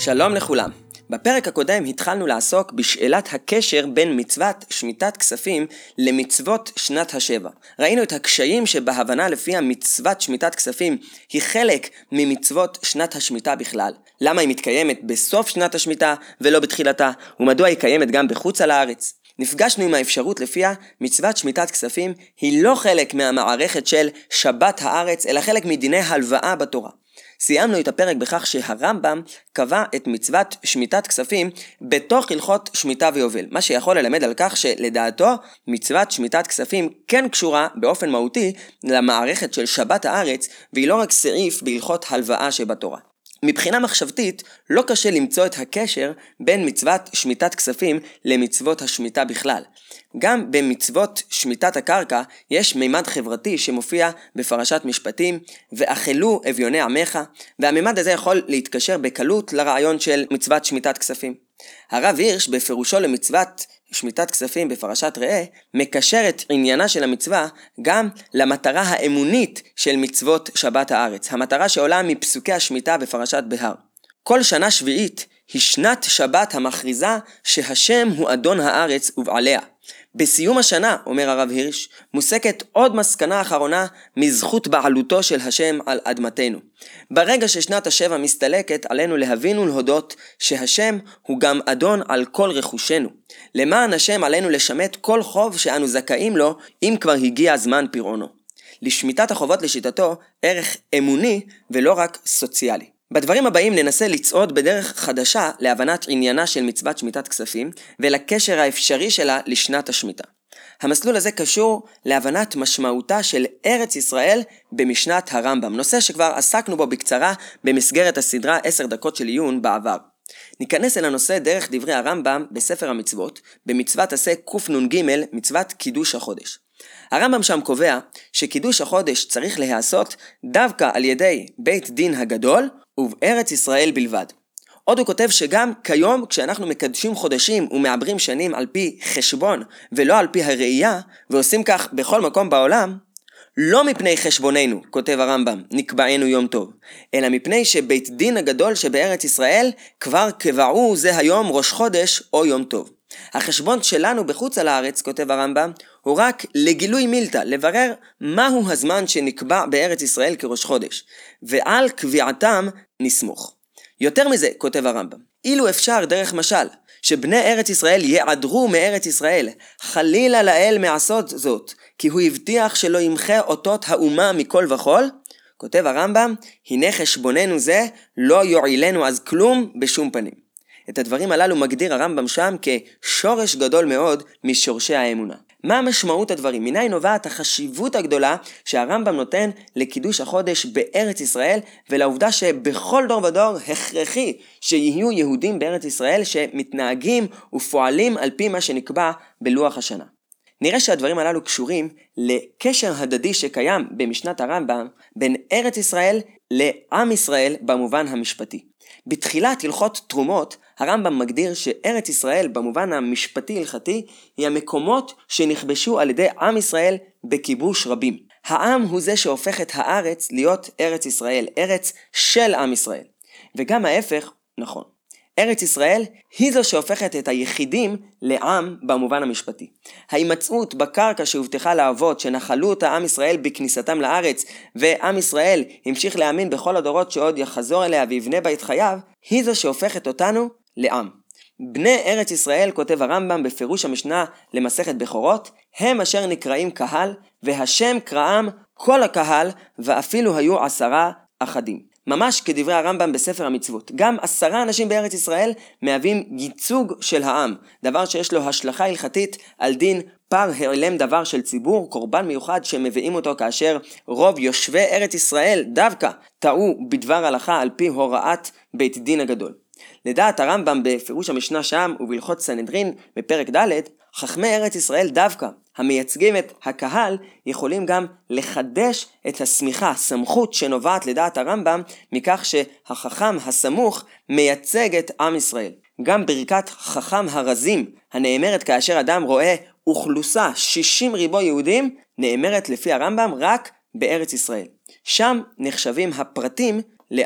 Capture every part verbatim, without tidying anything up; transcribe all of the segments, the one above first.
שלום לכולם. בפרק הקודם התחלנו לעסוק בשאלת הקשר בין מצוות שמיטת כספים למצוות שנת השבע. ראינו את הקשיים שבהבנה לפי מצוות שמיטת כספים היא חלק ממצוות שנת השמיטה בכלל. למה היא מתקיימת בסוף שנת השמיטה ולא בתחילתה, ומדוע היא קיימת גם בחוץ על הארץ. נפגשנו עם האפשרות לפיה מצוות שמיטת כספים היא לא חלק מהמערכת של שבת הארץ, אלא חלק מדיני הלוואה בתורה. סיימנו את הפרק בכך שהרמב"ם קבע את מצוות שמיטת כספים בתוך הלכות שמיטה ויובל, מה שיכול ללמד על כך שלדעתו מצוות שמיטת כספים כן קשורה באופן מהותי למערכת של שבת הארץ, והיא לא רק סעיף בהלכות הלוואה שבתורה. מבחינה מחשבתית לא קשה למצוא את הקשר בין מצוות שמיטת כספים למצוות השמיטה בכלל. גם במצוות שמיטת הקרקע יש מימד חברתי שמופיע בפרשת משפטים, ואכלו אביוני עמך, והמימד הזה יכול להתקשר בקלות לרעיון של מצוות שמיטת כספים. הרב הירש בפירושו למצוות שמיטת כספים בפרשת ראה מקשר את עניינה של המצווה גם למטרה האמונית של מצוות שבת הארץ, המטרה שעולה מפסוקי השמיטה בפרשת בהר. כל שנה שביעית היא שנת שבת המכריזה שהשם הוא אדון הארץ ובעליה. בסיום השנה, אומר הרב הירש, מוסקת עוד מסקנה אחרונה מזכות בעלותו של השם על אדמתנו. ברגע ששנת השבע מסתלקת, עלינו להבין ולהודות שהשם הוא גם אדון על כל רכושנו. למען השם עלינו לשמט כל חוב שאנו זכאים לו, אם כבר הגיע זמן פירעונו. לשמיטת החובות לשיטתו ערך אמוני ולא רק סוציאלי. בדברים הבאים ננסה לצעוד בדרך חדשה להבנת עניינה של מצוות שמיטת כספים ולקשר האפשרי שלה לשנת השמיטה. המסלול הזה קשור להבנת משמעותה של ארץ ישראל במשנת הרמב"ם, נושא שכבר עסקנו בו בקצרה במסגרת הסדרה עשר דקות של עיון בעבר. ניכנס אל הנושא דרך דברי הרמב"ם בספר המצוות, במצוות עשה קנ"ג, מצוות קידוש החודש. הרמב"ם שם קובע שקידוש החודש צריך להיעשות דווקא על ידי בית דין הגדול ובארץ ישראל בלבד. עוד הוא כותב שגם כיום כשאנחנו מקדשים חודשים ומעברים שנים על פי חשבון ולא על פי הראייה, ועושים כך בכל מקום בעולם, לא מפני חשבוננו, כותב הרמב"ם, נקבענו יום טוב, אלא מפני שבית דין הגדול שבארץ ישראל כבר קבעו זה היום ראש חודש או יום טוב. החשבון שלנו בחוץ על הארץ, כותב הרמב"ם, הוא רק לגילוי מילתא, לברר מהו הזמן שנקבע בארץ ישראל כראש חודש, ועל קביעתם נסמוך. יותר מזה, כותב הרמב"ם, אילו אפשר דרך משל, שבני ארץ ישראל יעדרו מארץ ישראל, חלילה לאל מעשות זאת, כי הוא הבטיח שלא ימחה אותות האומה מכל וכל, כותב הרמב"ם, הנה חשבוננו זה לא יועילנו אז כלום בשום פנים. את הדברים הללו מגדיר הרמב"ם שם כשורש גדול מאוד משורשי האמונה. מה משמעות הדברים? מניין נובעת החשיבות הגדולה שהרמב"ם נותן לקידוש החודש בארץ ישראל, ולעובדה שבכל דור ודור הכרחי שיהיו יהודים בארץ ישראל שמתנהגים ופועלים על פי מה שנקבע בלוח השנה. נראה שהדברים הללו קשורים לקשר הדדי שקיים במשנת הרמב"ם בין ארץ ישראל לעם ישראל במובן המשפטי. בתחילת הלכות תרומות, הרמב"ם מגדיר שארץ ישראל במובן המשפטי הלכתי היא המקומות שנכבשו על ידי עם ישראל בכיבוש רבים. העם הוא זה שהופך את הארץ להיות ארץ ישראל, ארץ של עם ישראל. וגם ההפך נכון. ארץ ישראל היא זו שהופכת את היחידים לעם במובן המשפטי. ההימצאות בקרקע שהובטחה לאבות שנחלו אותה עם ישראל בכניסתם לארץ, ועם ישראל המשיך להאמין בכל הדורות שעוד יחזור אליה ויבנה בה את חייו, היא זו שהופכת אותנו לעם. בני ארץ ישראל, כותב הרמב"ם בפירוש המשנה למסכת בכורות, הם אשר נקראים קהל, והשם קראם כל הקהל, ואפילו היו עשרה אחדים. ממש כדברי הרמב"ם בספר המצוות. גם עשרה אנשים בארץ ישראל מהווים ייצוג של העם, דבר שיש לו השלכה הלכתית על דין פר העלם דבר של ציבור, קורבן מיוחד שמביאים אותו כאשר רוב יושבי ארץ ישראל דווקא טעו בדבר הלכה על פי הוראת בית דין הגדול. לדעת הרמב"ם בפירוש המשנה שם ובהלכות סנהדרין בפרק ד', חכמי ארץ ישראל דווקא המייצגים את הקהל יכולים גם לחדש את הסמיכה, סמכות שנובעת לדעת הרמב"ם מכך שהחכם הסמוך מייצג את עם ישראל. גם ברכת חכם הרזים הנאמרת כאשר אדם רואה אוכלוסה שישים ריבו יהודים נאמרת לפי הרמב"ם רק בארץ ישראל. שם נחשבים הפרטים לעם.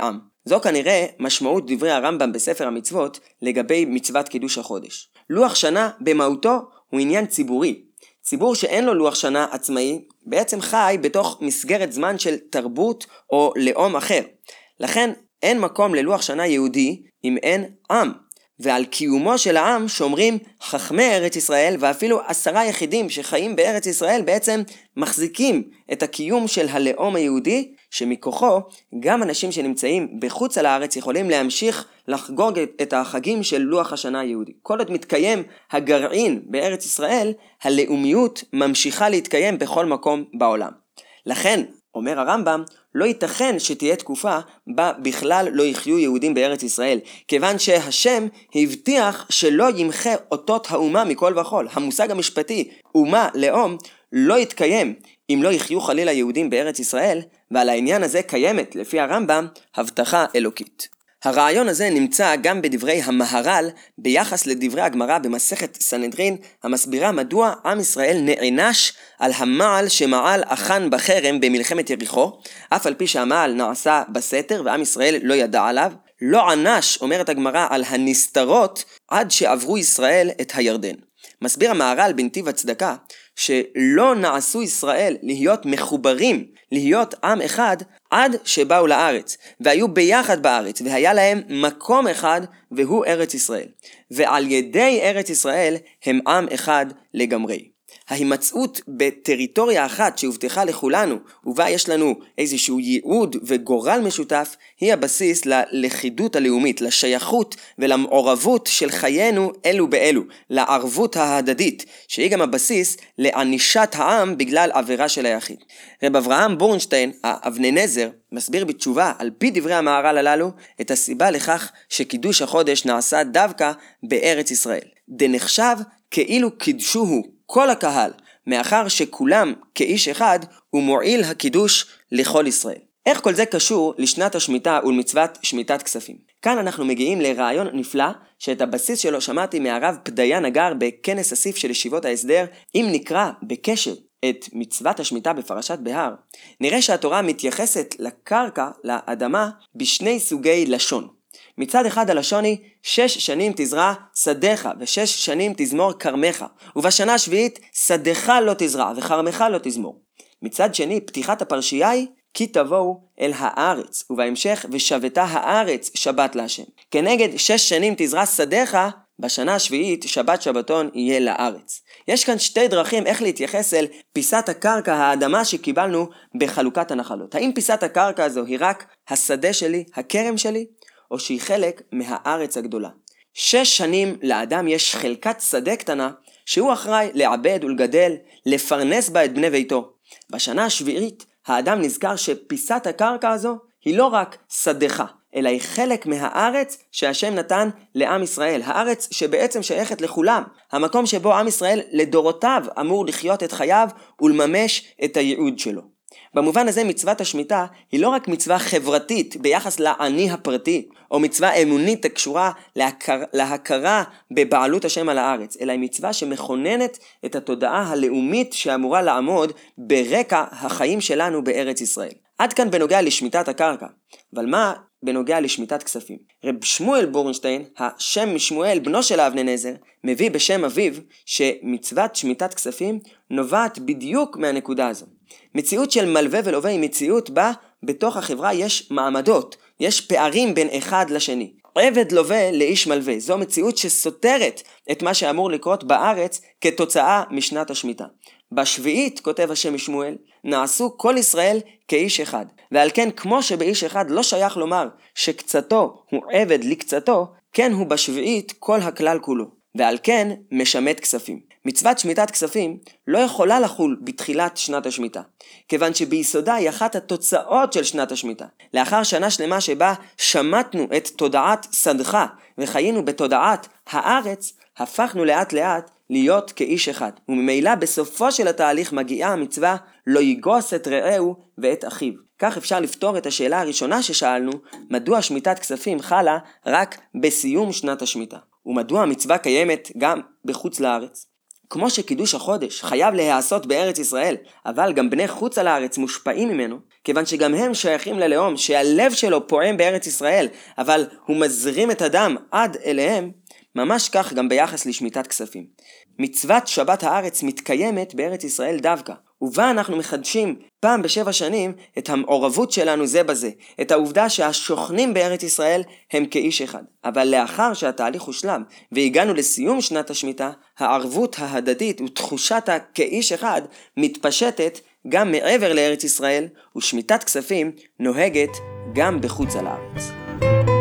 זו כנראה משמעות דברי הרמב"ם בספר המצוות לגבי מצוות קידוש החודש. לוח שנה במהותו הוא עניין ציבורי. ציבור שאין לו לוח שנה עצמאי בעצם חי בתוך מסגרת זמן של תרבות או לאום אחר. לכן אין מקום ללוח שנה יהודי אם אין עם. ועל קיומו של העם שומרים חכמי ארץ ישראל, ואפילו עשרה יחידים שחיים בארץ ישראל בעצם מחזיקים את הקיום של הלאום היהודי, שמכוחו גם אנשים שנמצאים בחוץ על הארץ יכולים להמשיך לחגוג את החגים של לוח השנה היהודי. כל עוד מתקיים הגרעין בארץ ישראל, הלאומיות ממשיכה להתקיים בכל מקום בעולם. לכן, אומר הרמב"ם, לא ייתכן שתהיה תקופה בה בכלל לא יחיו יהודים בארץ ישראל, כיוון שהשם הבטיח שלא ימחה אותות האומה מכל וכל. המושג המשפטי, אומה, לאום, לא יתקיים אם לא יחיו חלילה יהודים בארץ ישראל, ועל העניין הזה קיימת, לפי הרמב"ם, הבטחה אלוקית. הרעיון הזה נמצא גם בדברי המהר"ל ביחס לדברי הגמרא במסכת סנהדרין, המסבירה מדוע עם ישראל נענש על המעל שמעל אחן בחרם במלחמת יריחו, אף על פי שהמעל נעשה בסתר ועם ישראל לא ידע עליו. לא ענש, אומרת הגמרא, על הנסתרות עד שעברו ישראל את הירדן. מסביר המהר"ל בנתיב הצדקה שלא נעשו ישראל להיות מחוברים, להיות עם אחד, עד שבאו לארץ, והיו ביחד בארץ, והיה להם מקום אחד, והוא ארץ ישראל. ועל ידי ארץ ישראל הם עם אחד לגמרי. ההימצאות בטריטוריה אחת שהובטחה לכולנו, ובה יש לנו איזשהו ייעוד וגורל משותף, היא הבסיס ללכידות הלאומית, לשייכות ולמעורבות של חיינו אלו באלו, לערבות ההדדית, שהיא גם הבסיס לענישת העם בגלל עבירה של היחיד. רב אברהם בורנשטיין, האבני נזר, מסביר בתשובה על פי דברי המהר"ל הללו את הסיבה לכך שקידוש החודש נעשה דווקא בארץ ישראל. דנחשב כאילו קידשוהו כל הקהל, מאחר שכולם כאיש אחד הוא מועיל הקידוש לכל ישראל. איך כל זה קשור לשנת השמיטה ולמצוות שמיטת כספים? כאן אנחנו מגיעים לרעיון נפלא שאת הבסיס שלו שמעתי מהרב פדיה נגר בכנס אסיף של ישיבות ההסדר. אם נקרא בקשר את מצוות השמיטה בפרשת בהר, נראה שהתורה מתייחסת לקרקע, לאדמה, בשני סוגי לשון. מצד אחד הלשון היא שש שנים תזרע שדך ושש שנים תזמור כרמך, ובשנה השביעית שדך לא תזרע וכרמך לא תזמור. מצד שני פתיחת הפרשייה היא כי תבואו אל הארץ, ובהמשך ושבתה הארץ שבת להשם. כנגד שש שנים תזרע שדך, בשנה השביעית שבת שבתון יהיה לארץ. יש כאן שתי דרכים איך להתייחס אל פיסת הקרקע, האדמה שקיבלנו בחלוקת הנחלות. האם פיסת הקרקע הזו היא רק השדה שלי, הכרם שלי, או שהיא חלק מהארץ הגדולה? שש שנים לאדם יש חלקת שדה קטנה שהוא אחראי לעבד ולגדל, לפרנס בה את בני ביתו. בשנה השביעית האדם נזכר שפיסת הקרקע הזו היא לא רק שדך, אלא היא חלק מהארץ שהשם נתן לעם ישראל. הארץ שבעצם שייכת לכולם, המקום שבו עם ישראל לדורותיו אמור לחיות את חייו ולממש את הייעוד שלו. במובן הזה מצוות השמיטה היא לא רק מצווה חברתית ביחס לעני הפרטי, או מצווה אמונית הקשורה להכר, להכרה בבעלות השם על הארץ, אלא היא מצווה שמכוננת את התודעה הלאומית שאמורה לעמוד ברקע החיים שלנו בארץ ישראל. עד כאן בנוגע לשמיטת הקרקע. אבל מה בנוגע לשמיטת כספים? רב שמואל בורנשטיין, השם משמואל בנו של האבני נזר, מביא בשם אביו שמצוות שמיטת כספים נובעת בדיוק מהנקודה הזו. מציאות של מלווה ולווה היא מציאות בה בתוך החברה יש מעמדות, יש פערים בין אחד לשני. עבד לווה לאיש מלווה, זו מציאות שסותרת את מה שאמור לקרות בארץ כתוצאה משנת השמיטה. בשביעית, כותב השם משמואל, נעשו כל ישראל כאיש אחד. ועל כן כמו שבאיש אחד לא שייך לומר שקצתו הוא עבד לקצתו, כן הוא בשביעית כל הכלל כולו. ועל כן משמט כספים. מצוות שמיטת כספים לא יכולה לחול בתחילת שנת השמיטה, כיוון שביסודה היא אחת התוצאות של שנת השמיטה. לאחר שנה שלמה שבה שמטנו את תודעת שדך וחיינו בתודעת הארץ, הפכנו לאט לאט להיות כאיש אחד. וממילא בסופו של התהליך מגיעה המצווה לא יגוס את רעהו ואת אחיו. כך אפשר לפתור את השאלה הראשונה ששאלנו, מדוע שמיטת כספים חלה רק בסיום שנת השמיטה, ומדוע המצווה קיימת גם בחוץ לארץ. כמו שקידוש החודש חייב להיעשות בארץ ישראל, אבל גם בני חוץ על הארץ מושפעים ממנו, כיוון שגם הם שייכים ללאום שהלב שלו פועם בארץ ישראל, אבל הוא מזרים את הדם עד אליהם, ממש כך גם ביחס לשמיטת כספים. מצוות שבת הארץ מתקיימת בארץ ישראל דווקא, ובה אנחנו מחדשים פעם בשבע שנים את המעורבות שלנו זה בזה, את העובדה שהשוכנים בארץ ישראל הם כאיש אחד. אבל לאחר שהתהליך הושלם והגענו לסיום שנת השמיטה, הערבות ההדדית ותחושת הכאיש אחד מתפשטת גם מעבר לארץ ישראל, ושמיטת כספים נוהגת גם בחוץ על הארץ.